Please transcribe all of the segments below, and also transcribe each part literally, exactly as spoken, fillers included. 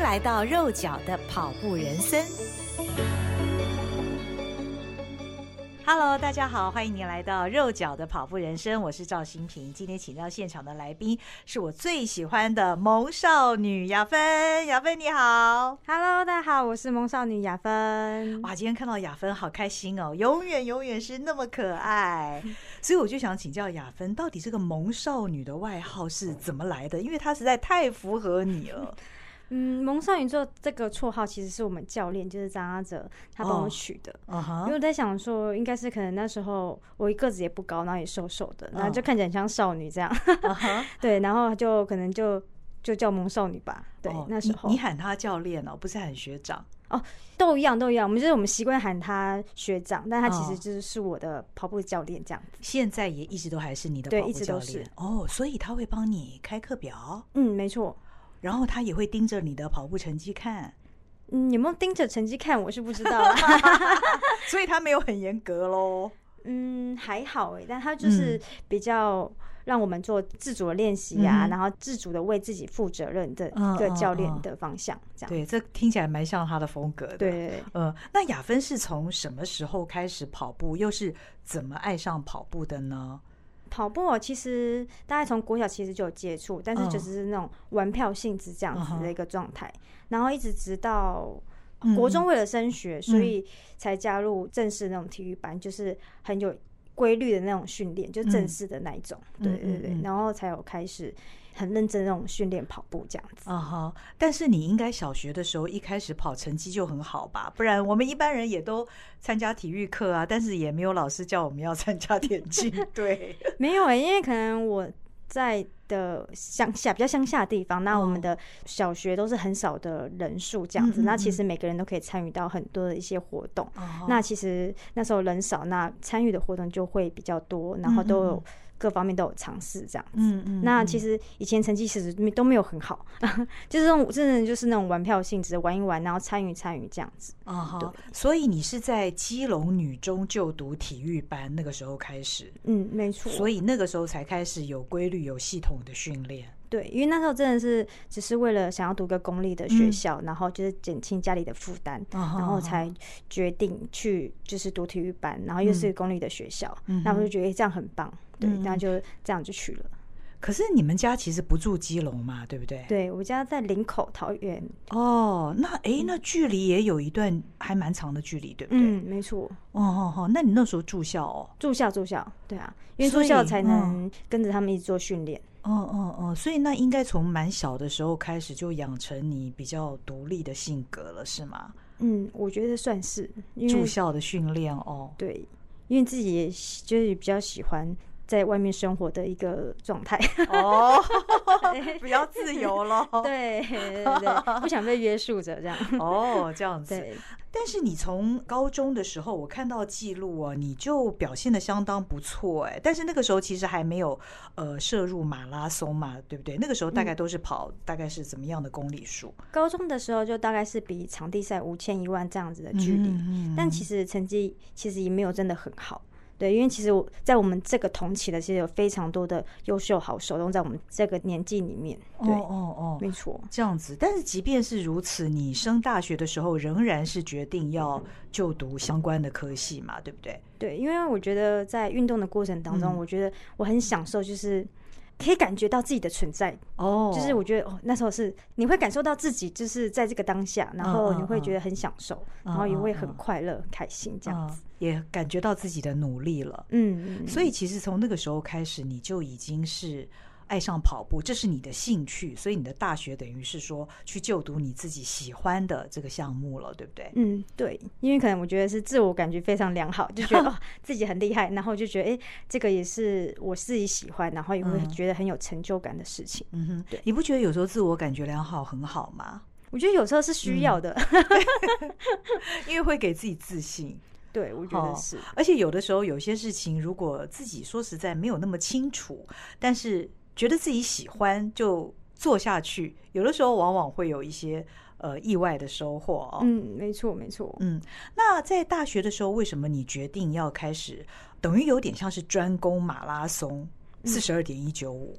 迎来到肉脚的跑步人生。Hello， 大家好，欢迎您来到肉脚的跑步人生，我是赵心屏。今天请到现场的来宾是我最喜欢的萌少女雅芬。雅芬你好。 Hello， 大家好，我是萌少女雅芬。 哇，今天看到雅芬好开心哦，永远永远是那么可爱。所以我就想请教雅芬，到底这个萌少女的外号是怎么来的？因为她实在太符合你了。 嗯，萌少女座这个绰号其实是我们教练，就是张阿哲，他帮我取的。 哦 uh-huh. 因为我在想说，应该是可能那时候我个子也不高，然后也瘦瘦的，然后就看起来很像少女这样。Uh-huh. 对，然后就可能就就叫萌少女吧。对，哦、那时候你, 你喊他教练哦，不是喊学长哦，都一样都一样。我们就是我们习惯喊他学长，但他其实就是是我的跑步教练这样子。 现在也一直都还是你的跑步教练？对，一直都是。哦，所以他会帮你开课表？ 嗯，没错。 然后他也会盯着你的跑步成绩看。 嗯，有没有盯着成绩看我是不知道啦。 所以他没有很严格咯。 嗯，还好哎，但他就是比较让我们做自主的练习啊、嗯，然后自主的为自己负责任的一个教练的方向，这样、嗯嗯嗯。对， 这听起来蛮像他的风格的。 对， 呃，那雅芬是从什么时候开始跑步，又是怎么爱上跑步的呢？ 跑步我其实大概从国小其实就有接触，但是就只是那种玩票性质这样子的一个状态、嗯，然后一直直到国中为了升学、嗯，所以才加入正式那种体育班，就是很有规律的那种训练，就正式的那一种、嗯，对对对，然后才有开始很认真那种训练跑步这样子。 啊哈！但是你应该小学的时候一开始跑成绩就很好吧？不然我们一般人也都参加体育课啊，但是也没有老师叫我们要参加田径。对， 没有哎、欸，因为可能我在的乡下比较乡下的地方，那我们的小学都是很少的人数这样子、哦，那其实每个人都可以参与到很多的一些活动。嗯、那其实那时候人少，那参与的活动就会比较多，然后都有。嗯各方面都有尝试这样子，嗯嗯，那其实以前成绩其实都没有很好，就是那种真的就是那种玩票性质，玩一玩，然后参与参与这样子。 啊、uh-huh, 所以你是在基隆女中就读体育班，那个时候开始， 嗯，没错。 所以那个时候才开始有规律、有系统的训练。 对，因为那时候真的是只是为了想要读个公立的学校、嗯，然后就是减轻家里的负担、uh-huh, 然后才决定去就是读体育班，然后又是公立的学校，嗯、那我就觉得这样很棒，对，那、嗯、就这样就去了。 可是你们家其实不住基隆嘛，对不对？ 对，我家在林口桃园。 哦，那哎，那距离也有一段还蛮长的距离，对不对？ 嗯，没错。 哦哦哦，那你那时候住校哦？ 住校住校，对啊，因为住校才能跟着他们一直做训练。 哦哦哦，所以那应该从蛮小的时候开始就养成你比较独立的性格了，是吗？ 嗯，我觉得算是住校的训练哦。 对，因为自己也就是比较喜欢在外面生活的一个状态哦，比较自由咯。 对对对，不想被约束着这样。 哦，这样子。 对。 但是你从高中的时候，我看到记录啊，你就表现得相当不错哎。但是那个时候其实还没有呃摄入马拉松嘛，对不对？那个时候大概都是跑、嗯、大概是怎么样的公里数？ 高中的时候就大概是比场地赛五千一万这样子的距离、嗯嗯嗯，但其实成绩其实也没有真的很好。对，因为其实我在我们这个同期的，其实有非常多的优秀好手都在我们这个年纪里面。对，哦哦哦，没错， 这样子。但是即便是如此，你升大学的时候仍然是决定要就读相关的科系嘛，对不对？ 对，因为我觉得在运动的过程当中、嗯，我觉得我很享受，就是可以感觉到自己的存在。哦，就是我覺得哦，那时候是你会感受到自己就是在这个当下，然后你会觉得很享受，嗯嗯嗯，然后也会很快乐、嗯、很开心这样子。 也感觉到自己的努力了，嗯，嗯，所以其实从那个时候开始，你就已经是爱上跑步，这是你的兴趣，所以你的大学等于是说去就读你自己喜欢的这个项目了，对不对？ 嗯，对，因为可能我觉得是自我感觉非常良好，就觉得哦自己很厉害，然后就觉得哎、欸，这个也是我自己喜欢，然后也会觉得很有成就感的事情。嗯哼，对， 你不觉得有时候自我感觉良好很好吗？ 我觉得有时候是需要的， 嗯、因为会给自己自信。 对，我觉得是、哦。 而且有的时候有些事情，如果自己说实在没有那么清楚，但是觉得自己喜欢就做下去，有的时候往往会有一些呃意外的收获哦。 嗯，没错没错。 嗯，那在大学的时候，为什么你决定要开始，等于有点像是专攻马拉松四十二点一九五？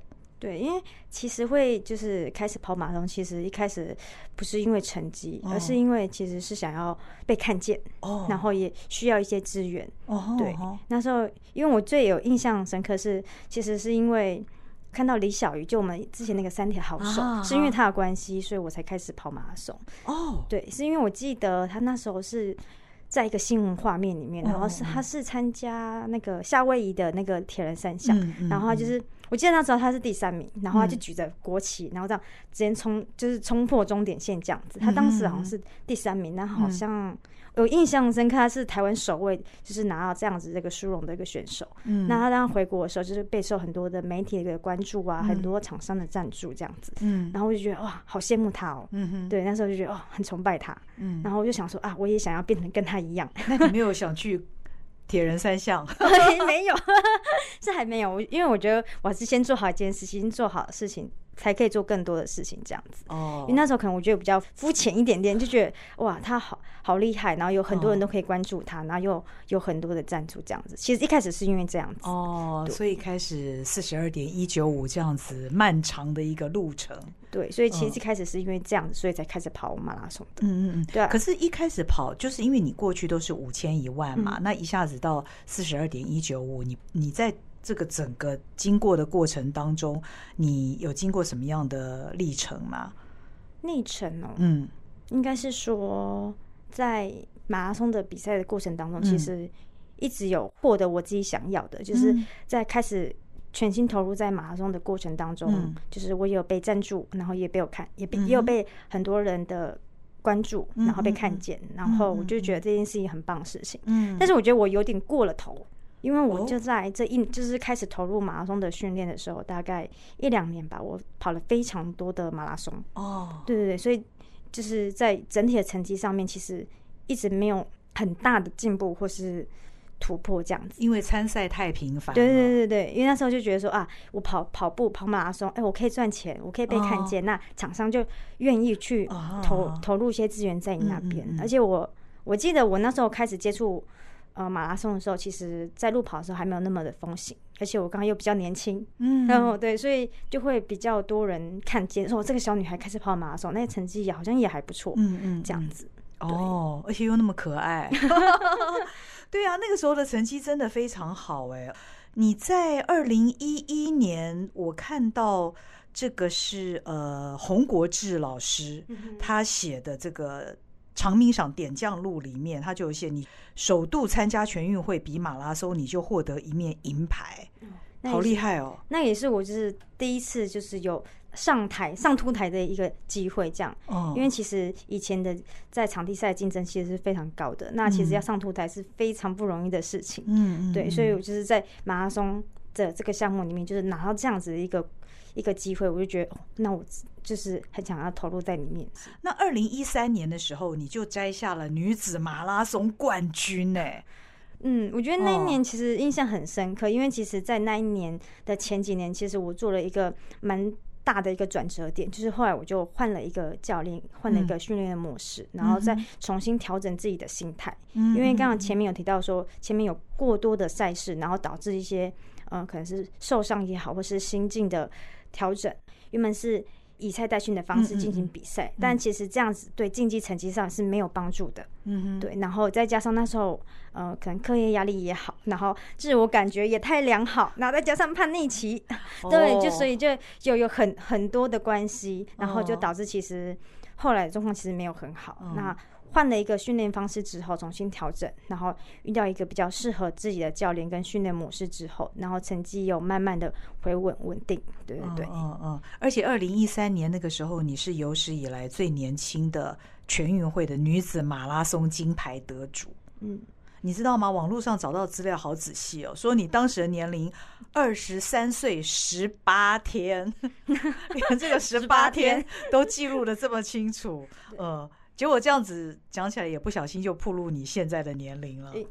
对，因为其实会就是开始跑马拉松，其实一开始不是因为成绩，哦、而是因为其实是想要被看见，哦、然后也需要一些资源。哦、对，哦、那时候因为我最有印象深刻是，其实是因为看到李小鱼，就我们之前那个三铁好手，啊、是因为他的关系，所以我才开始跑马拉松。哦，对，是因为我记得他那时候是在一个新闻画面里面，然后是他是参加那个夏威夷的那个铁人三项，嗯嗯、然后他就是我记得那时候他是第三名，然后他就举着国旗，然后这样直接冲，就是冲破终点线这样子。他当时好像是第三名，那好像有印象深刻，他是台湾首位就是拿到这样子这个殊荣的一个选手。嗯，那他当时回国的时候，就是备受很多的媒体的一个关注啊，嗯、很多厂商的赞助这样子。嗯，然后我就觉得哇，好羡慕他哦。嗯哼，对，那时候就觉得哦，很崇拜他。嗯，然后我就想说啊，我也想要变成跟他一样。 那你没有想去铁人三项？ 没有，是还没有。因为我觉得我还是先做好一件事情，做好的事情才可以做更多的事情，这样子。哦，因为那时候可能我觉得比较肤浅一点点，就觉得哇，他好好厉害，然后有很多人都可以关注他，然后又有很多的赞助这样子。其实一开始是因为这样子。 哦，所以开始四十二点一九五这样子漫长的一个路程。 对，所以其实一开始是因为这样子，所以才开始跑马拉松的。 嗯嗯嗯，对啊。可是，一开始跑就是因为你过去都是五千一万嘛，嗯、那一下子到四十二点一九五，你你在这个整个经过的过程当中，你有经过什么样的历程吗？ 历程哦，嗯，应该是说在马拉松的比赛的过程当中，嗯、其实一直有获得我自己想要的，就是在开始全心投入在马拉松的过程当中，嗯、就是我也有被赞助，然后也被我看，也被、嗯、也有被很多人的关注，然后被看见，嗯、然后我就觉得这件事情很棒的事情。嗯，但是我觉得我有点过了头。因为我就在这一就是开始投入马拉松的训练的时候，大概一两年吧，我跑了非常多的马拉松。哦，对对对，所以就是在整体的成绩上面，其实一直没有很大的进步或是突破这样子。 因为参赛太频繁了。 对对对对，因为那时候就觉得说啊，我跑跑步跑马拉松，哎，我可以赚钱，我可以被看见，哦、那厂商就愿意去投、哦、投入一些资源在你那边。嗯嗯嗯，而且我我记得我那时候开始接触。呃，马拉松的时候，其实在路跑的时候还没有那么的风行，而且我刚刚又比较年轻，嗯，然后对，所以就会比较多人看见，说这个小女孩开始跑马拉松，那成绩好像也还不错，嗯嗯，这样子。 哦，而且又那么可爱，对啊，那个时候的成绩真的非常好哎。你在二零一一年，我看到这个是呃洪国志老师、嗯、他写的这个。长鸣赏点将录里面，他就有写你首度参加全运会比马拉松，你就获得一面银牌，嗯、好厉害哦！ 那也是我就是第一次就是有上台上凸台的一个机会，这样，哦、因为其实以前的在场地赛竞争其实是非常高的，那其实要上凸台是非常不容易的事情，嗯，对，所以我就是在马拉松的这个项目里面，就是拿到这样子的一个一个机会，我就觉得，哦，那我就是很想要投入在里面。 那二零一三年的时候，你就摘下了女子马拉松冠军哎。 嗯，我觉得那一年其实印象很深刻，哦、因为其实，在那一年的前几年，其实我做了一个蛮大的一个转折点，就是后来我就换了一个教练，换了一个训练的模式，嗯、然后再重新调整自己的心态。嗯、因为刚刚前面有提到说，前面有过多的赛事，然后导致一些嗯、呃，可能是受伤也好，或是心境的调整。原本是以赛代训的方式进行比赛，嗯嗯嗯，但其实这样子对竞技成绩上是没有帮助的。嗯，对。然后再加上那时候，呃，可能课业压力也好，然后自我感觉也太良好，然后再加上叛逆期，哦、对，就所以就有有很很多的关系，然后就导致其实后来的状况其实没有很好。哦、那换了一个训练方式之后，重新调整，然后遇到一个比较适合自己的教练跟训练模式之后，然后成绩有慢慢的回稳稳定，对对对， 嗯嗯。而且二零一三年那个时候，你是有史以来最年轻的全运会的女子马拉松金牌得主。嗯，你知道吗？网络上找到资料好仔细哦，说你当时的年龄二十三岁十八天，连这个十八天都记录的这么清楚，呃。结果这样子讲起来，也不小心就暴露你现在的年龄了，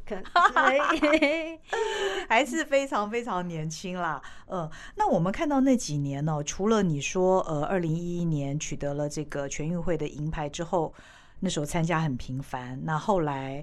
还是非常非常年轻啦。呃，那我们看到那几年呢、哦，除了你说呃，二零一一年取得了这个全运会的银牌之后，那时候参加很频繁，那后来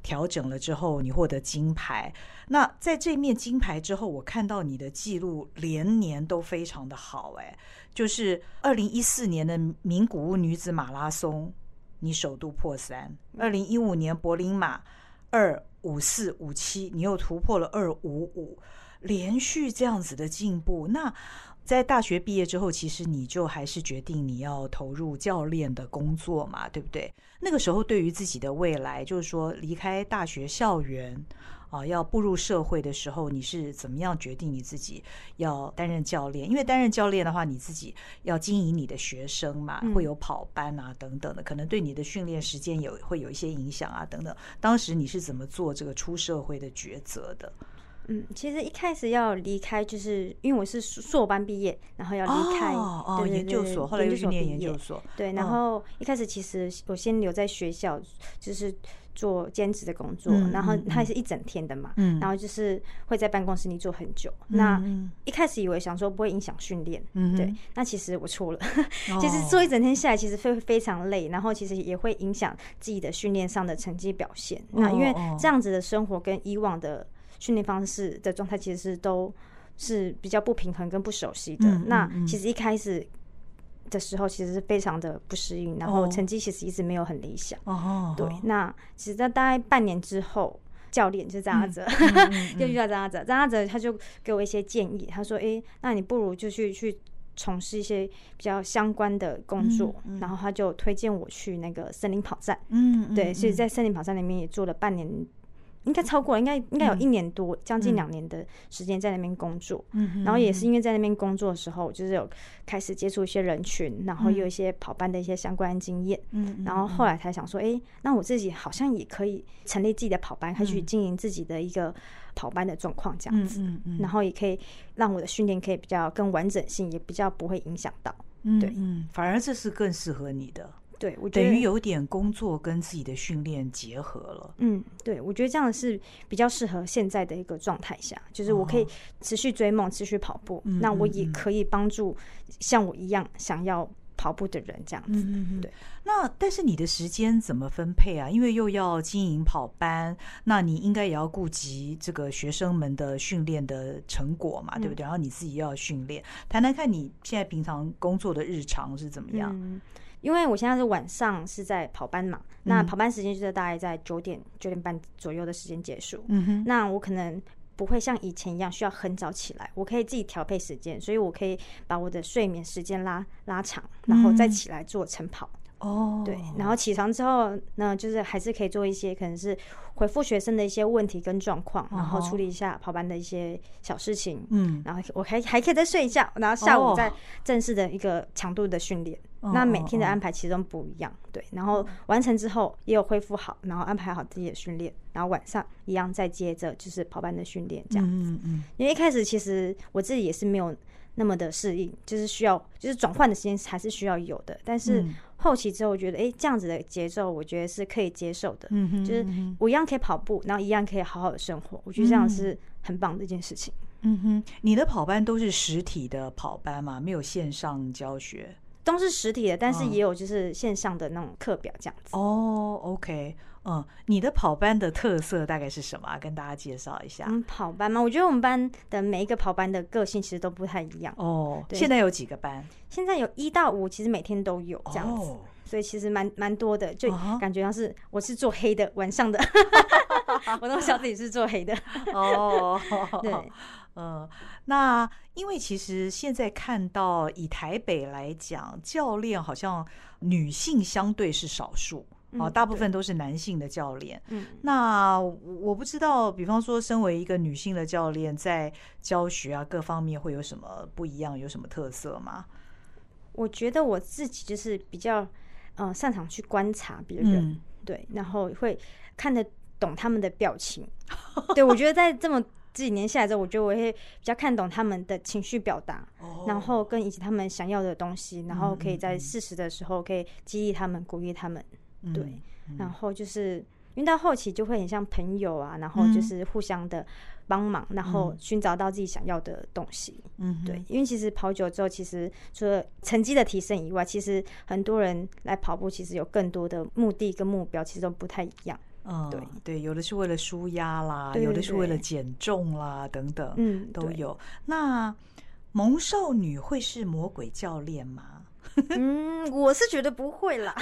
调整了之后，你获得金牌。那在这面金牌之后，我看到你的记录连年都非常的好，哎，就是二零一四年的名古屋女子马拉松，你首度破三；二零一五年柏林马二五四五七，你又突破了二五五，连续这样子的进步。那在大学毕业之后，其实你就还是决定你要投入教练的工作嘛，对不对？那个时候对于自己的未来，就是说离开大学校园啊，要步入社会的时候，你是怎么样决定你自己要担任教练？因为担任教练的话，你自己要经营你的学生嘛，会有跑班啊等等的，可能对你的训练时间有会有一些影响啊等等。当时你是怎么做这个出社会的抉择的？ 嗯，其实一开始要离开，就是因为我是硕班毕业，然后要离开哦哦对对对研究所，后来又去念研究所。 对，然后一开始其实我先留在学校，就是做兼职的工作，嗯、然后它是一整天的嘛，嗯、然后就是会在办公室里做很久。嗯、那一开始以为想说不会影响训练，嗯、对，那其实我错了。哦、其实做一整天下来，其实会非常累，然后其实也会影响自己的训练上的成绩表现。哦、那因为这样子的生活跟以往的训练方式的状态其实是都是比较不平衡跟不熟悉的。嗯、那其实一开始的时候其实是非常的不适应，然后成绩其实一直没有很理想。哦，对。那其实在大概半年之后，教练就是张阿哲，就遇到张阿哲，张阿哲他就给我一些建议，他说：“哎、欸，那你不如就去去从事一些比较相关的工作。嗯”嗯、然后他就推荐我去那个森林跑站。嗯，嗯对，所以在森林跑站里面也做了半年。应该超过了，应该应该有一年多，将、嗯、近两年的时间在那边工作。嗯，然后也是因为在那边工作的时候，就是有开始接触一些人群，然后有一些跑班的一些相关经验。嗯，然后后来才想说，哎、欸，那我自己好像也可以成立自己的跑班，开始去经营自己的一个跑班的状况这样子。嗯嗯嗯，然后也可以让我的训练可以比较更完整性，也比较不会影响到。 嗯， 对， 嗯，反而这是更适合你的。 对，我觉得等于有点工作跟自己的训练结合了。 嗯，对，我觉得这样是比较适合现在的一个状态下，就是我可以持续追梦，持续跑步，嗯、那我也可以帮助像我一样想要跑步的人这样子。嗯、对。 那但是你的时间怎么分配啊？因为又要经营跑班，那你应该也要顾及这个学生们的训练的成果嘛，对不对？嗯、然后你自己又要训练，谈谈看你现在平常工作的日常是怎么样？ 嗯，因为我现在是晚上是在跑班嘛，嗯、那跑班时间就是大概在九点九点半左右的时间结束。嗯哼，那我可能不会像以前一样需要很早起来，我可以自己调配时间，所以我可以把我的睡眠时间拉拉长，然后再起来做晨跑。哦，对，然后起床之后呢，就是还是可以做一些可能是回复学生的一些问题跟状况，然后处理一下跑班的一些小事情。嗯，然后我还还可以再睡一觉，然后下午再正式的一个强度的训练。哦、那每天的安排其实都不一样，对。然后完成之后也有恢复好，然后安排好自己的训练，然后晚上一样再接着就是跑班的训练这样子。嗯嗯。因为一开始其实我自己也是没有那么的适应，就是需要就是转换的时间还是需要有的，但是后期之后我觉得哎、欸、这样子的节奏我觉得是可以接受的。嗯哼，就是我一样可以跑步，然后一样可以好好的生活，我觉得这样是很棒的一件事情。 嗯哼，你的跑班都是实体的跑班吗？没有线上教学？ 都是实体的，但是也有就是线上的那种课表这样子。 哦 ，OK， 嗯，你的跑班的特色大概是什么？跟大家介绍一下。 嗯，跑班吗？我觉得我们班的每一个跑班的个性其实都不太一样。 哦，现在有几个班？ 现在有一到五，其实每天都有这样子。哦，所以其实蛮蛮多的，就感觉像是我是做黑的，晚上的，我都晓得自己是做黑的。 哦，对，嗯，那因为其实现在看到以台北来讲，教练好像女性相对是少数。啊、哦，大部分都是男性的教练。嗯，那我不知道，比方说，身为一个女性的教练，在教学啊各方面会有什么不一样，有什么特色吗？ 我觉得我自己就是比较呃擅长去观察别人，嗯、对，然后会看得懂他们的表情。对，我觉得在这么这几年下来之后，我觉得我会比较看懂他们的情绪表达，哦、然后跟以及他们想要的东西，然后可以在适时的时候可以激励他们，鼓励他们。对，嗯嗯、然后就是因为到后期就会很像朋友啊，然后就是互相的帮忙，嗯、然后寻找到自己想要的东西。嗯，对，因为其实跑久之后，其实除了成绩的提升以外，其实很多人来跑步，其实有更多的目的跟目标，其实都不太一样。 嗯， 对对，有的是为了舒压啦， 对对对， 有的是为了减重啦，等等， 嗯， 都有。那萌少女会是魔鬼教练吗？ 嗯，我是觉得不会啦。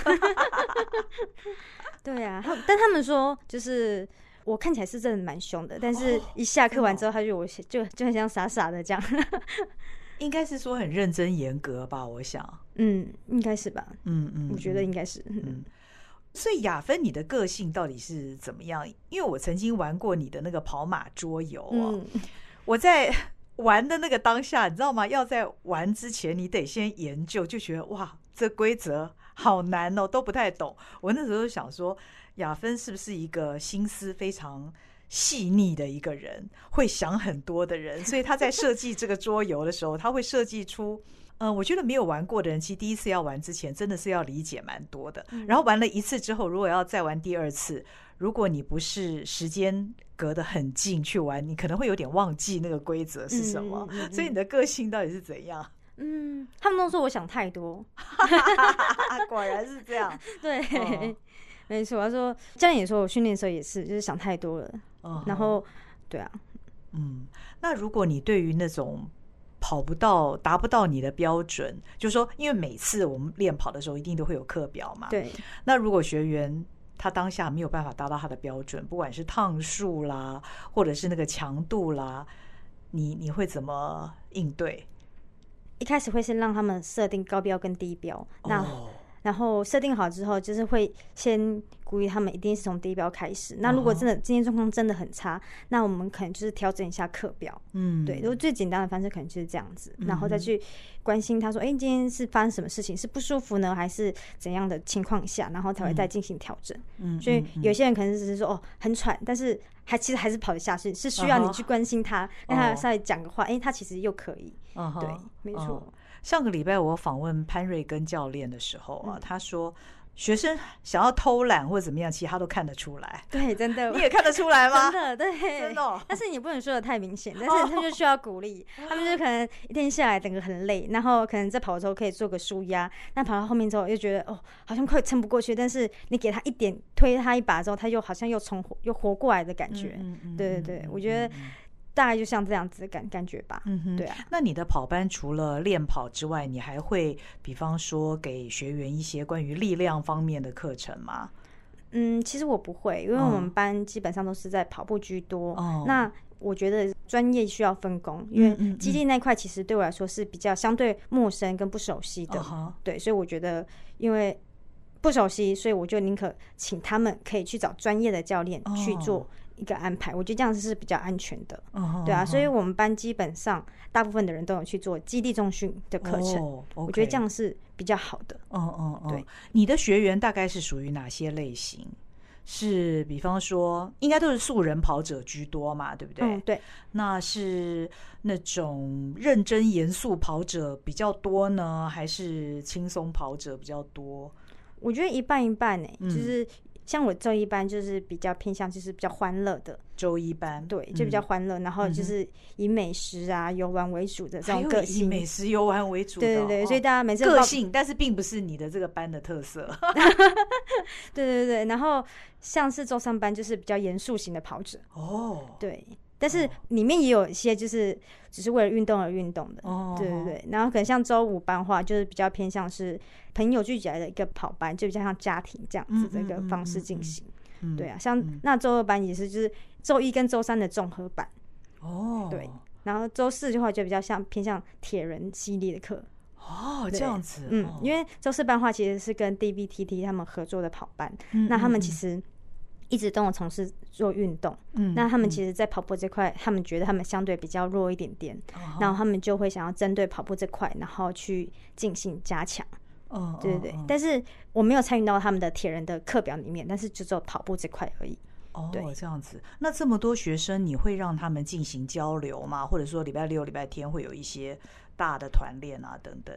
对啊，但他们说就是我看起来是真的蛮凶的，但是一下课完之后，他就我就就很像傻傻的这样。 应该是说很认真严格吧，我想。 嗯，应该是吧。 嗯嗯， 我觉得应该是。 嗯。所以雅芬，你的个性到底是怎么样？因为我曾经玩过你的那个跑马桌游哦，嗯、我在玩的那个当下，你知道吗？要在玩之前，你得先研究，就觉得哇，这规则好难哦，都不太懂。我那时候想说，雅芬是不是一个心思非常细腻的一个人，会想很多的人？所以他在设计这个桌游的时候，他会设计出。嗯，我觉得没有玩过的人，其实第一次要玩之前，真的是要理解蛮多的。然后玩了一次之后，如果要再玩第二次，如果你不是时间隔得很近去玩，你可能会有点忘记那个规则是什么。嗯嗯嗯嗯，所以你的个性到底是怎样？ 嗯，他们都说我想太多， 果然是这样。 对，哦、没错。他说教练也说我训练的时候也是，就是想太多了。哦、然后，对啊， 嗯，那如果你对于那种跑不到达不到你的标准，就是说因为每次我们练跑的时候一定都会有课表嘛， 对。 那如果学员他当下没有办法达到他的标准，不管是趟数啦或者是那个强度啦，你你会怎么应对？ 一开始会先让他们设定高标跟低标，那、 哦、 然后设定好之后，就是会先鼓励他们一定是从低标开始。那如果真的今天状况真的很差，那我们可能就是调整一下课表。嗯，对，如果最简单的方式可能就是这样子，嗯、然后再去关心他说，哎，今天是发生什么事情，是不舒服呢，还是怎样的情况下，然后才会再进行调整。嗯，所以有些人可能只是说哦很喘，但是还其实还是跑得下去，是需要你去关心他，跟他稍微讲个话，哎，他其实又可以。Uh-huh, 对，没错。 Uh-huh. 上个礼拜我访问潘瑞根教练的时候啊，嗯、他说学生想要偷懒或者怎么样，其实他都看得出来。 对，真的， 你也看得出来吗？ 真的，对， 真的、哦。 但是你不能说的太明显，但是他就需要鼓励。他们就可能一天下来整个很累，然后可能在跑的时候可以做个舒压，那跑到后面之后又觉得哦，好像快撑不过去，但是你给他一点推他一把之后，他又好像又从又活过来的感觉。嗯嗯对对对，我觉得。大概就像这样子的感感觉吧，嗯哼，对啊。 那你的跑班除了练跑之外，你还会比方说给学员一些关于力量方面的课程吗？ 嗯，其实我不会，因为我们班基本上都是在跑步居多。哦、那我觉得专业需要分工，因为肌力那块其实对我来说是比较相对陌生跟不熟悉的。哦、对，所以我觉得因为不熟悉，所以我就宁可请他们可以去找专业的教练去做。一个安排，我觉得这样子是比较安全的， oh, 对啊， oh, 所以我们班基本上大部分的人都有去做肌力重训的课程， oh, okay. 我觉得这样是比较好的。 嗯嗯嗯，对，你的学员大概是属于哪些类型？是比方说，应该都是素人跑者居多嘛，对不对？ 嗯，对。 那是那种认真严肃跑者比较多呢，还是轻松跑者比较多？ 我觉得一半一半诶、欸嗯，就是。像我周一班就是比较偏向就是比较欢乐的周一班， 对，就比较欢乐、嗯，然后就是以美食啊、游玩为主的这种个性， 以美食游玩为主的， 对对对，哦、所以大家每次个性，但是并不是你的这个班的特色。 对对对，然后像是周三班就是比较严肃型的跑者哦，对。但是里面也有一些就是只是为了运动而运动的，哦，对对对。然后可能像周五班的话，就是比较偏向是朋友聚集来的一个跑班，就比较像家庭这样子的一个方式进行。嗯嗯嗯嗯、对啊，像那周二班也是就是周一跟周三的综合版。哦，对。然后周四的话就比较像偏向铁人系列的课。 哦，这样子。 嗯，因为周四班的话其实是跟 D V T T 他们合作的跑班，嗯、那他们其实。一直都有从事做运动，嗯，那他们其实，在跑步这块，他们觉得他们相对比较弱一点点，哦、然后他们就会想要针对跑步这块，然后去进行加强，哦，对对对。哦、但是我没有参与到他们的铁人的课表里面，但是就只有跑步这块而已。 哦，这样子。那这么多学生，你会让他们进行交流吗？或者说礼拜六、礼拜天会有一些大的团练啊，等等的？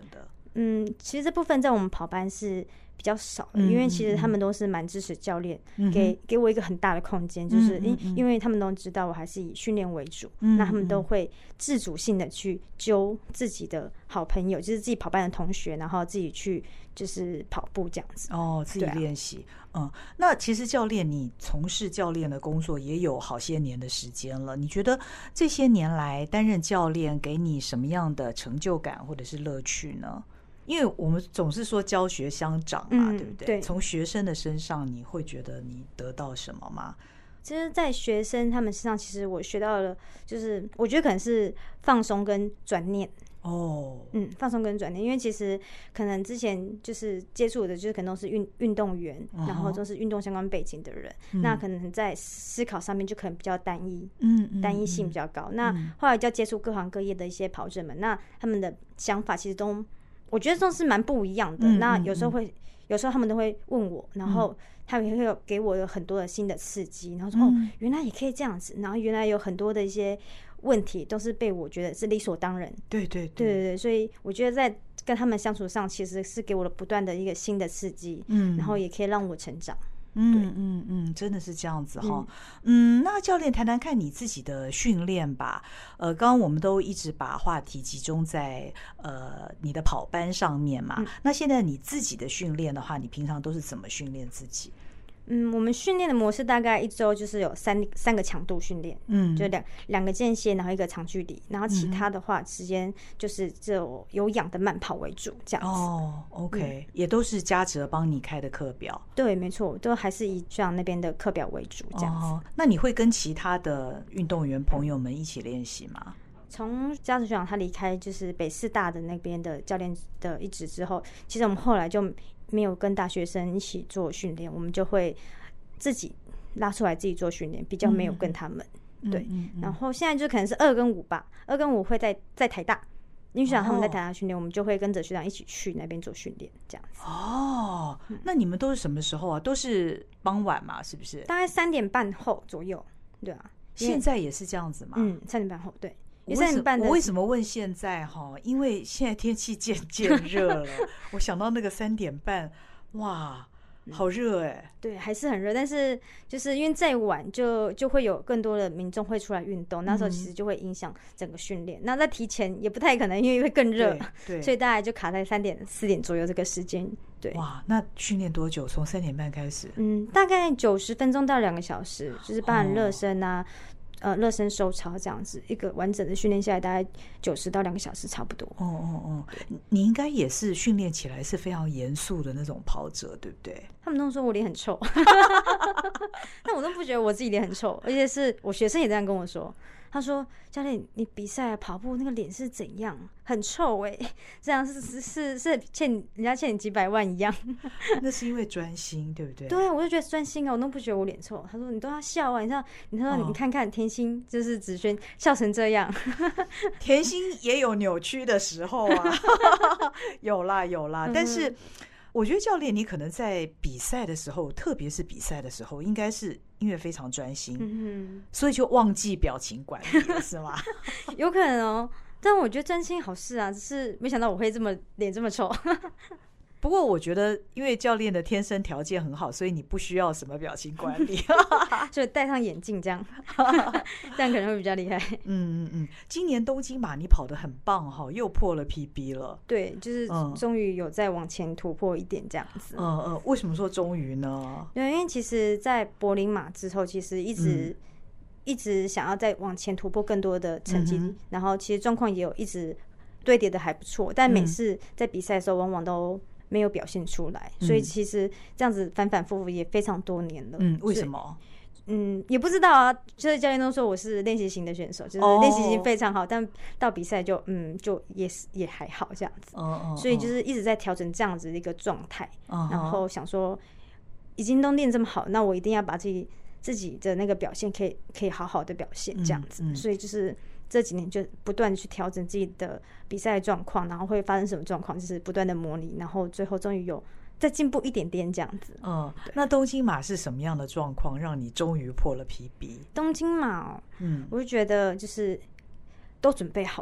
嗯，其实这部分在我们跑班是比较少的，嗯、因为其实他们都是蛮支持教练，嗯、给给我一个很大的空间，嗯、就是因、嗯、因为他们都知道我还是以训练为主，嗯、那他们都会自主性的去揪自己的好朋友，就是自己跑班的同学，然后自己去就是跑步这样子。 哦，自己练习。嗯，那其实教练，你从事教练的工作也有好些年的时间了。你觉得这些年来担任教练给你什么样的成就感或者是乐趣呢？因为我们总是说教学相长嘛，嗯、对不对？对，从学生的身上，你会觉得你得到什么吗？ 其实，在学生他们身上，其实我学到了，就是我觉得可能是放松跟转念。 哦， 嗯，放松跟转念，因为其实可能之前就是接触的，就是可能都是运运动员，哦、然后都是运动相关背景的人，嗯、那可能在思考上面就可能比较单一，嗯，嗯单一性比较高。嗯、那后来就要接触各行各业的一些跑者们，那他们的想法其实都，我觉得都是蛮不一样的。嗯、那有时候会，有时候他们都会问我，然后他们也会有给我有很多的新的刺激，然后说、嗯、哦，原来也可以这样子，然后原来有很多的一些问题都是被我觉得是理所当然。 对对对, 对对对，所以我觉得在跟他们相处上，其实是给我了不断的一个新的刺激，嗯，然后也可以让我成长。 嗯嗯嗯，真的是这样子哈。嗯, 嗯，那教练谈谈看你自己的训练吧。呃，刚刚我们都一直把话题集中在呃你的跑班上面嘛。嗯、那现在你自己的训练的话，你平常都是怎么训练自己？ 嗯，我们训练的模式大概一周就是有三三个强度训练，嗯，就两两个间歇，然后一个长距离，然后其他的话时间就是这种有氧的慢跑为主，这样子。 哦 ，OK，、嗯、也都是嘉哲帮你开的课表。 对，没错，都还是以这样那边的课表为主，这样子。哦， 那你会跟其他的运动员朋友们一起练习吗？ 从嘉哲学长他离开就是北师大的那边的教练的一职之后，其实我们后来就没有跟大学生一起做训练，我们就会自己拉出来自己做训练，比较没有跟他们。嗯、对、嗯嗯，然后现在就可能是二跟五吧，二跟五会在在台大，因为学长他们在台大训练、哦，我们就会跟着学长一起去那边做训练，这样子。 哦、嗯，那你们都是什么时候啊？都是傍晚嘛，是不是？ 大概三点半后左右，对啊。 现在也是这样子吗？ 嗯，三点半后，对。 我为什我为什么问现在哈？因为现在天气渐渐热了，我想到那个三点半，哇，好热哎、欸！ 对，还是很热，但是就是因为再晚就就会有更多的民众会出来运动，那时候其实就会影响整个训练。嗯、那在提前也不太可能，因为会更热，对，所以大概就卡在三点四点左右这个时间。对， 哇，那训练多久？从三点半开始？ 嗯，大概九十分钟到两个小时，就是包含热身啊。哦呃，热身收操这样子，一个完整的训练下来，大概九十到两个小时差不多。 哦哦哦，你应该也是训练起来是非常严肃的那种跑者，对不对？ 他们都说我脸很臭，但我都不觉得我自己脸很臭，而且是我学生也这样跟我说。他说：“教练，你比赛跑步那个脸是怎样？很臭哎、欸，这样是是是是欠人家欠你几百万一样。” 那是因为专心，对不对？ 对，我就觉得专心啊，我都不觉得我脸臭。他说：“你都要笑啊，你像你说你看看甜心，就是子轩笑成这样。 甜心也有扭曲的时候啊，有啦有啦，但是。”我觉得教练，你可能在比赛的时候，特别是比赛的时候，应该是因为非常专心，嗯、所以就忘记表情管理了，是吗？ 有可能哦，但我觉得专心好事啊，只是没想到我会这么脸这么臭。 不过我觉得，因为教练的天生条件很好，所以你不需要什么表情管理， 就戴上眼镜这样，这样可能会比较厉害。 嗯嗯嗯，今年东京马你跑得很棒哈，又破了 P B 了。 对，就是终于有再往前突破一点这样子。 嗯嗯、呃，为什么说终于呢？ 对，因为其实，在柏林马之后，其实一直、嗯、一直想要再往前突破更多的成绩、嗯，然后其实状况也有一直堆叠的还不错，但每次在比赛的时候，往往都没有表现出来，所以其实这样子反反复复也非常多年了。 嗯，为什么？ 嗯，也不知道啊。就是教练都说我是练习型的选手，就是练习型非常好，哦、但到比赛就嗯，就也也还好这样子。哦哦。所以就是一直在调整这样子的一个状态、哦，然后想说，已经都练这么好，那我一定要把自己自己的那个表现可以可以好好的表现这样子。嗯嗯、所以就是这几年就不断的去调整自己的比赛状况，然后会发生什么状况，就是不断的模拟，然后最后终于有再进步一点点这样子。 嗯，那东京马是什么样的状况让你终于破了 P B？ 东京马、哦，嗯，我就觉得就是都准备好了，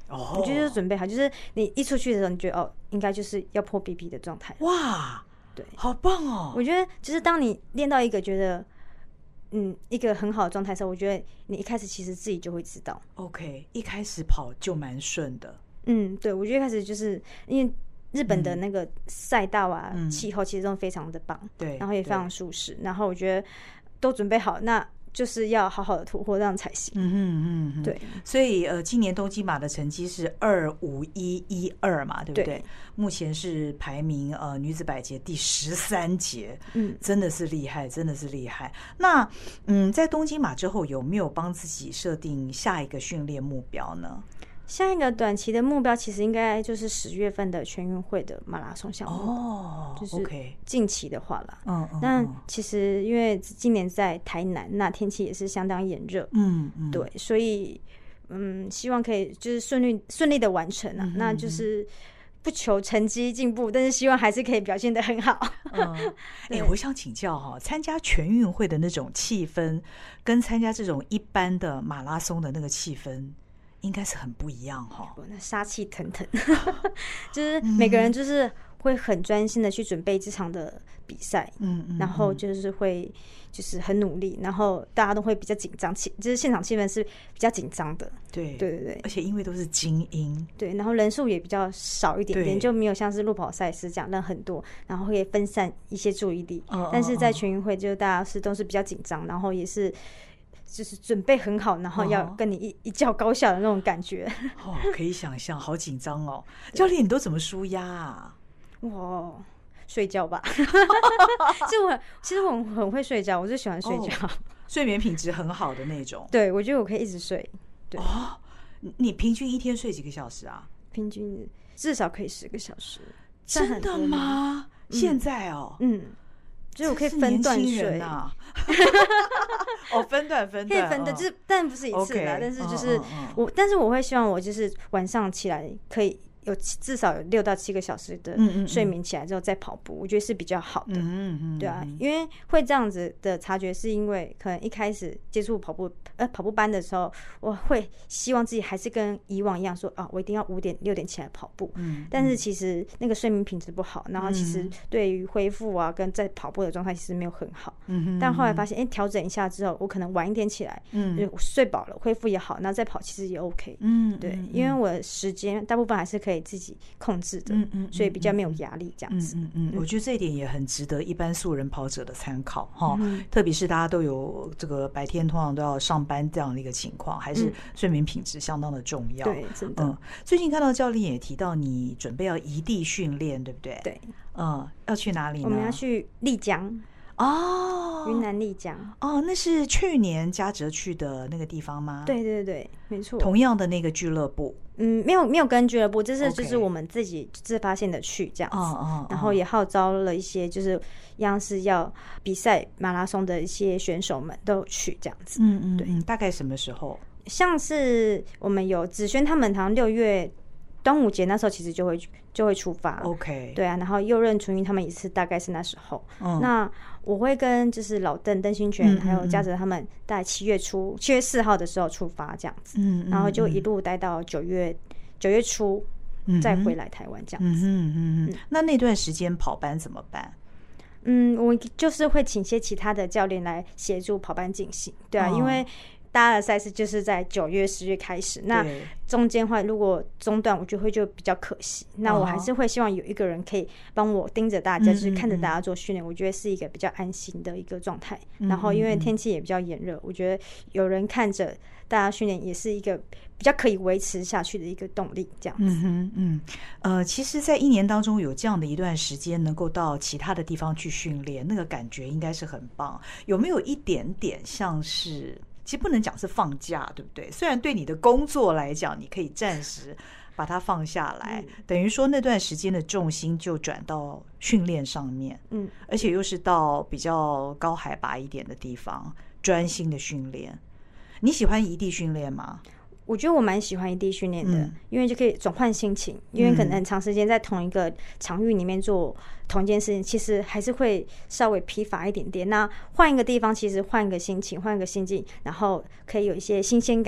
哦，我觉得就是准备好，就是你一出去的时候，你觉得哦，应该就是要破 B P 的状态。 哇， 对， 好棒哦！ 我觉得就是当你练到一个觉得嗯一个很好的状态的时候，我觉得你一开始其实自己就会知道。 OK， 一开始跑就蛮顺的。 嗯，对，我觉得一开始就是因为日本的那个赛道啊， 嗯、 气候其实都非常的棒， 对， 然后也非常舒适，然后我觉得都准备好，那就是要好好的突破，这样才行。 嗯嗯嗯， 对。 所以呃，今年东京马的成绩是二五一一二嘛，对不对？ 对， 目前是排名呃女子百节第十三节， 嗯， 真的是厉害，真的是厉害。那嗯，在东京马之后，有没有帮自己设定下一个训练目标呢？ 下一个短期的目标其实应该就是十月份的全运会的马拉松项目哦， 就是近期的话啦。 嗯嗯。 那其实因为今年在台南，那天气也是相当炎热， 嗯嗯， 对，所以嗯，希望可以就是顺利顺利的完成啊。嗯、那就是不求成绩进步，但是希望还是可以表现得很好。 嗯，哎、欸，我想请教哈，参加全运会的那种气氛，跟参加这种一般的马拉松的那个气氛。应该是很不一样哈， 那杀气腾腾，就是每个人就是会很专心的去准备这场的比赛，嗯嗯，然后就是会就是很努力，然后大家都会比较紧张，气就是现场气氛是比较紧张的， 对对对对， 而且因为都是精英， 对，然后人数也比较少一点点，就没有像是路跑赛事这样人很多，然后会分散一些注意力，哦、但是在全运会就大家是都是比较紧张，然后也是。就是准备很好，然后要跟你一、哦、一较高下的那种感觉。 哦，可以想象，好紧张哦。教练，你都怎么舒压啊？ 哇，睡觉吧。其实我其实我很会睡觉，我就喜欢睡觉、哦， 睡眠品质很好的那种。 对，我觉得我可以一直睡。对哦，你平均一天睡几个小时啊？ 平均至少可以十个小时。 真的吗？嗯、现在哦， 嗯。就是我可以分段睡啊，哦，分段分段可以分段，就是但不是一次啦， okay, 但是就是我， 嗯嗯、 但是我会希望我就是晚上起来可以有至少有六到七个小时的睡眠，起来之后再跑步，我觉得是比较好的。 嗯嗯对啊，因为会这样子的察觉，是因为可能一开始接触跑步呃跑步班的时候，我会希望自己还是跟以往一样说啊，我一定要五点六点起来跑步。嗯，但是其实那个睡眠品质不好，然后其实对于恢复啊跟在跑步的状态其实没有很好。嗯，但后来发现，哎、欸，调整一下之后，我可能晚一点起来，嗯，就睡饱了，恢复也好，然后再跑其实也 OK。嗯，对，因为我的时间大部分还是可以自己控制的，嗯嗯，所以比较没有压力这样子。 嗯嗯，我觉得这一点也很值得一般素人跑者的参考哈、嗯，特别是大家都有这个白天通常都要上班这样的一个情况，还是睡眠品质相当的重要。 对，真的。 嗯，最近看到教练也提到你准备要移地训练，对不对？ 对。 嗯，要去哪里呢？ 我们要去丽江。 哦， 云南丽江。 哦，那是去年嘉哲去的那个地方吗？ 对对对，没错。 同样的那个俱乐部。 嗯，没有没有跟俱乐部，这是就是我们自己自发性的去这样子， oh, oh, oh. 然后也号召了一些就是一样是要比赛马拉松的一些选手们都有去这样子。 嗯嗯，对，大概什么时候？ 像是我们有子轩他们好像六月端午节那时候其实就会就会出发。 OK， 对啊，然后右任纯云他们也是大概是那时候。嗯，那我会跟就是老邓邓新全、嗯、还有嘉泽他们大概七月初七月四号的时候出发这样子。嗯，然后就一路待到九月九月初再回来台湾这样子。 嗯嗯嗯，那那段时间跑班怎么办？ 嗯，我就是会请些其他的教练来协助跑班进行。对啊，哦、因为大家的赛事就是在九月、十月开始，那中间话如果中断，我就会就比较可惜。那我还是会希望有一个人可以帮我盯着大家，嗯、就是看着大家做训练，我觉得是一个比较安心的一个状态。嗯、然后因为天气也比较炎热，我觉得有人看着大家训练也是一个比较可以维持下去的一个动力，这样子。 嗯哼嗯，呃，其实，在一年当中有这样的一段时间，能够到其他的地方去训练，那个感觉应该是很棒。有没有一点点像是？其实不能讲是放假，对不对？虽然对你的工作来讲，你可以暂时把它放下来，嗯、等于说那段时间的重心就转到训练上面，嗯，而且又是到比较高海拔一点的地方，专心的训练。你喜欢移地训练吗？ 我觉得我蛮喜欢异地训练的、嗯，因为就可以转换心情。因为可能很长时间在同一个场域里面做同一件事情，其实还是会稍微疲乏一点点。那换一个地方，其实换一个心情，换一个心境，然后可以有一些新鲜感，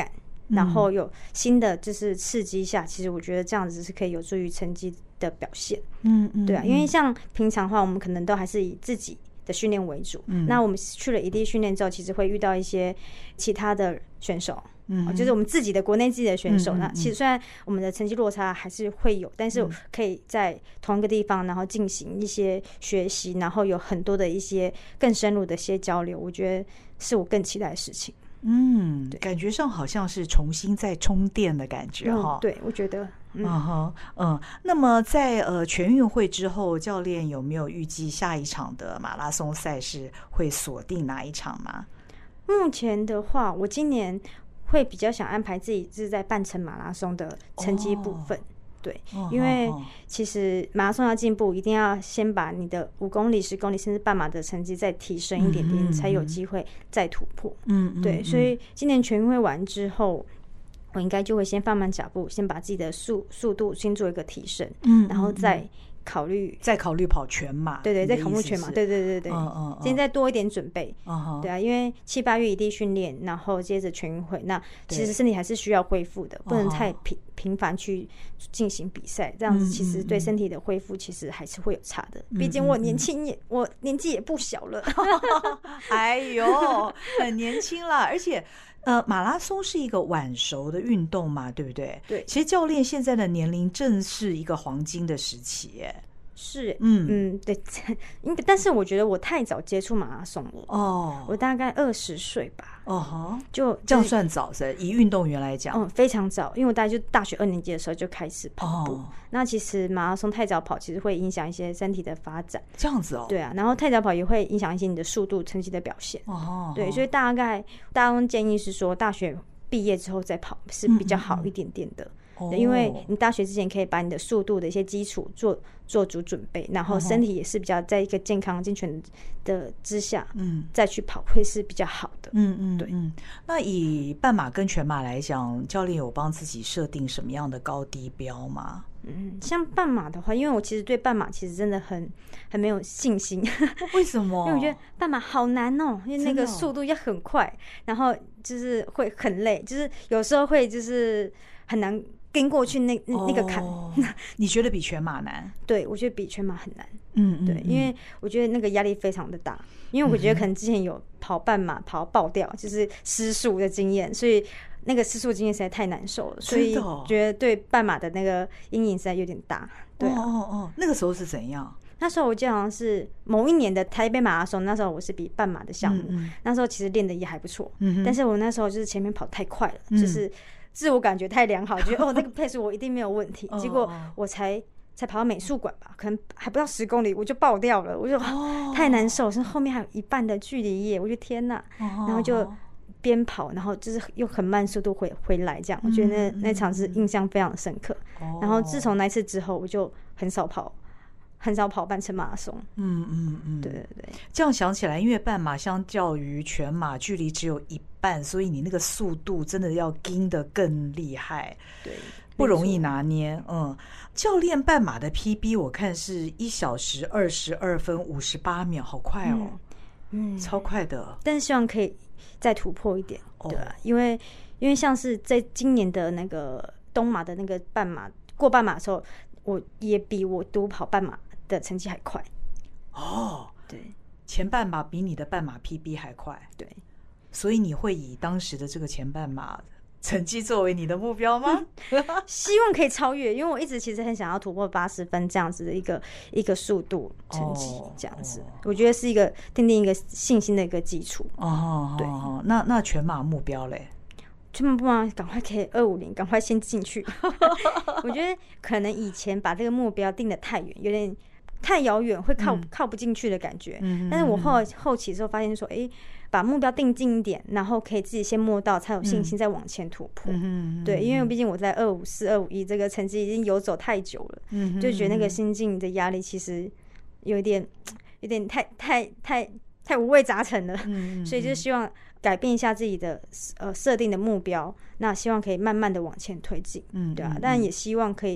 然后有新的就是刺激下，其实我觉得这样子是可以有助于成绩的表现。 嗯嗯， 对啊，因为像平常的话，我们可能都还是以自己的训练为主。嗯，那我们去了异地训练之后，其实会遇到一些其他的选手，嗯，就是我们自己的国内自己的选手。嗯嗯嗯，那其实虽然我们的成绩落差还是会有，但是可以在同一个地方，然后进行一些学习，然后有很多的一些更深入的一些交流，我觉得是我更期待的事情。 嗯，感觉上好像是重新再充电的感觉哈、 嗯。对，我觉得， 嗯哼，嗯。那么在呃全运会之后，教练有没有预计下一场的马拉松赛事会锁定哪一场吗？ 目前的话，我今年会比较想安排自己是在半程马拉松的成绩部分。哦，对，因为其实马拉松要进步，一定要先把你的五公里、十公里，甚至半马的成绩再提升一点点，嗯嗯嗯，才有机会再突破。嗯，嗯，嗯，对，所以今年全运会完之后，我应该就会先放慢脚步，先把自己的速速度先做一个提升，嗯，然后再考虑再考虑跑全马， 对对，再考虑全马，对对对对，嗯嗯，今天再多一点准备，嗯，对啊，因为七八月异地训练，然后接着全运会，那其实身体还是需要恢复的，不能太频频繁去进行比赛，这样子其实对身体的恢复其实还是会有差的。毕竟我年轻也，嗯嗯嗯，我年纪也不小了， 哎呦，很年轻了，而且。呃，马拉松是一个晚熟的运动嘛，对不对？ 对， 其实教练现在的年龄正是一个黄金的时期耶。 是，嗯嗯，对，但是我觉得我太早接触马拉松了。哦，我大概二十岁吧。哦哈，就这样算早噻？以运动员来讲， 嗯，非常早，因为我大概就大学二年级的时候就开始跑步。哦，那其实马拉松太早跑，其实会影响一些身体的发展。 这样子哦。 对啊，然后太早跑也会影响一些你的速度、成绩的表现。哦，对，所以大概大家建议是说，大学毕业之后再跑是比较好一点点的。嗯嗯嗯，因为你大学之前可以把你的速度的一些基础做做足准备，然后身体也是比较在一个健康健全的之下，嗯，再去跑会是比较好的。 嗯嗯，对。嗯，那以半马跟全马来讲，教练有帮自己设定什么样的高低标吗？ 嗯，像半马的话，因为我其实对半马其实真的很很没有信心。 为什么？ 因为我觉得半马好难哦，因为那个速度要很快，然后就是会很累，就是有时候会就是很难跟过去那那个坎。哦， 你觉得比全马难？ 对，我觉得比全马很难。嗯，对，因为我觉得那个压力非常的大，因为我觉得可能之前有跑半马跑爆掉，就是失速的经验，所以那个失速经验实在太难受了，所以觉得对半马的那个阴影实在有点大。对啊， 哦哦哦，那个时候是怎样？ 那时候我记得好像是某一年的台北马拉松，那时候我是比半马的项目，嗯嗯，那时候其实练的也还不错，嗯，但是我那时候就是前面跑太快了，嗯，就是自我感觉太良好，觉得哦那个配速我一定没有问题，结果我才才跑到美术馆吧，可能还不到十公里我就爆掉了，我就、哦、太难受，是后面还有一半的距离耶，我就天哪，哦，然后就边跑，然后就是用很慢速度回回来，这样，我觉得那那场是印象非常深刻。哦，然后自从那次之后，我就很少跑。很少跑半程马拉松。嗯嗯嗯，对对对。 这样想起来，因为半马相较于全马距离只有一半，所以你那个速度真的要跟得更厉害， 对， 不容易拿捏。嗯，教练半马的 P B 我看是一小时二十二分五十八秒，好快哦，嗯，超快的。 但是希望可以再突破一点，哦，对吧？因为因为像是在今年的那个东马的那个半马过半马的时候，我也比我独跑半马的成绩还快。 哦， 对， 前半马比你的半马 P B 还快。 对， 所以你会以当时的这个前半马成绩作为你的目标吗？ 希望可以超越，因为我一直其实很想要突破八十分这样子的一个一个速度成绩，这样子，哦，我觉得是一个奠定一个信心的一个基础。 哦，对，哦，那那全马目标嘞？ 全马不然赶快可以二五零，赶快先进去。我觉得可能以前把这个目标定得太远，有点太遥远，会靠、嗯、靠不进去的感觉。嗯，但是我后后期之后发现说，哎，欸，把目标定近一点，然后可以自己先摸到，才有信心再往前突破。嗯，对，因为毕竟我在二五四、二五一这个成绩已经游走太久了，嗯，就觉得那个心境的压力其实有点有点太太太太五味杂陈了。嗯，所以就希望改变一下自己的呃设定的目标，那希望可以慢慢的往前推进。嗯，对啊，但也希望可以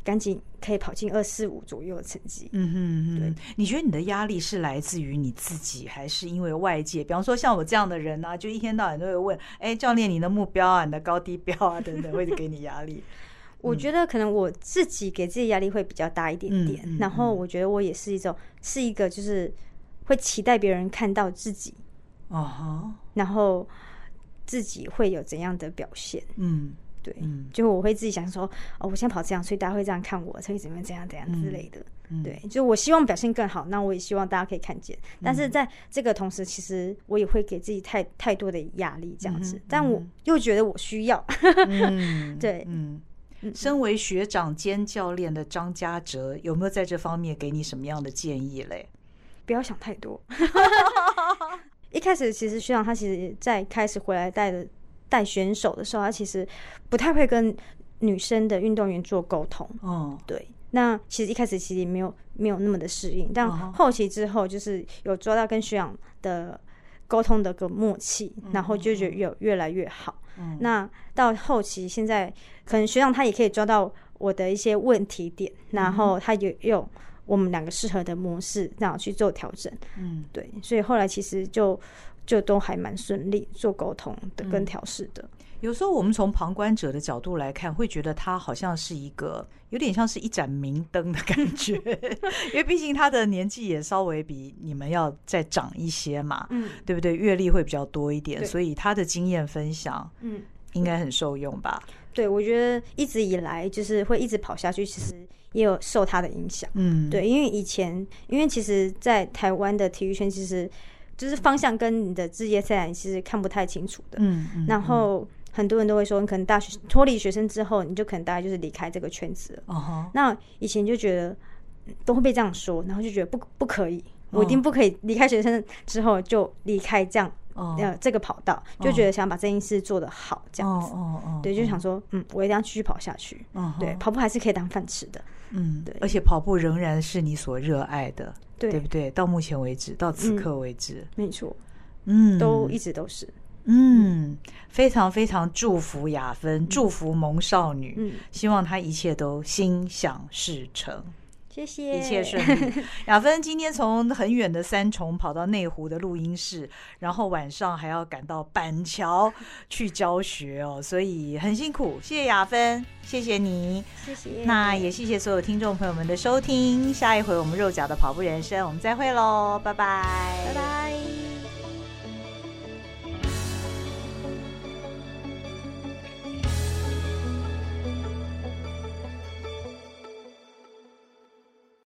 赶紧可以跑进二四五左右的成绩。 嗯哼哼， 对， 你觉得你的压力是来自于你自己，还是因为外界？比方说像我这样的人啊，就一天到晚都会问，哎，教练你的目标啊，你的高低标啊等等，会给你压力。 我觉得可能我自己给自己压力会比较大一点点，嗯嗯嗯、然后我觉得我也是一种是一个就是会期待别人看到自己， 哦， 然后自己会有怎样的表现，嗯。对，嗯，就我会自己想说，哦，我现在跑这样，所以大家会这样看我，所以怎么样、怎样、怎样之类的。嗯、对，就我希望表现更好，那我也希望大家可以看见。嗯、但是在这个同时，其实我也会给自己太太多的压力，这样子。嗯、但我又觉得我需要。嗯、对， 嗯。身为学长兼教练的张嘉哲，有没有在这方面给你什么样的建议嘞？ 不要想太多。一开始其实学长他其实在开始回来带的。带选手的时候，他其实不太会跟女生的运动员做沟通。哦，对。那其实一开始其实没有没有那么的适应，但后期之后就是有抓到跟学长的沟通的个默契，嗯、然后就觉得越越来越好。嗯、那到后期现在，可能学长他也可以抓到我的一些问题点，然后他也有我们两个适合的模式，这样去做调整。嗯，对。所以后来其实就。就都还蛮顺利做沟通的跟调试的、嗯。 有时候我们从旁观者的角度来看，会觉得他好像是一个有点像是一盏明灯的感觉，因为毕竟他的年纪也稍微比你们要再长一些嘛，嗯，对不对？阅历会比较多一点，所以他的经验分享，嗯，应该很受用吧？ 对，我觉得一直以来就是会一直跑下去，其实也有受他的影响，嗯，对，因为以前，因为其实，在台湾的体育圈，其实。就是方向跟你的职业赛你其实看不太清楚的，嗯，嗯然后很多人都会说，你可能大学脱离学生之后，你就可能大概就是离开这个圈子了。Uh-huh. 那以前就觉得都会被这样说，然后就觉得不不可以，我一定不可以离开学生之后就离开这样、uh-huh. 呃这个跑道，就觉得想把这件事做得好，这样子， uh-huh. 对，就想说，嗯，我一定要继续跑下去， uh-huh. 对，跑步还是可以当饭吃的， 嗯，对，而且跑步仍然是你所热爱的。对, 对不对？到目前为止，到此刻为止， 嗯、没错，嗯，都一直都是， 嗯，非常非常祝福雅芬，嗯、祝福萌少女，嗯，希望她一切都心想事成。 谢谢， 一切顺利。雅芬今天从很远的三重跑到内湖的录音室，然后晚上还要赶到板桥去教学哦，所以很辛苦。谢谢雅芬，谢谢你， 谢谢。 那也谢谢所有听众朋友们的收听，下一回我们肉脚的跑步人生，我们再会喽，拜拜， 拜拜。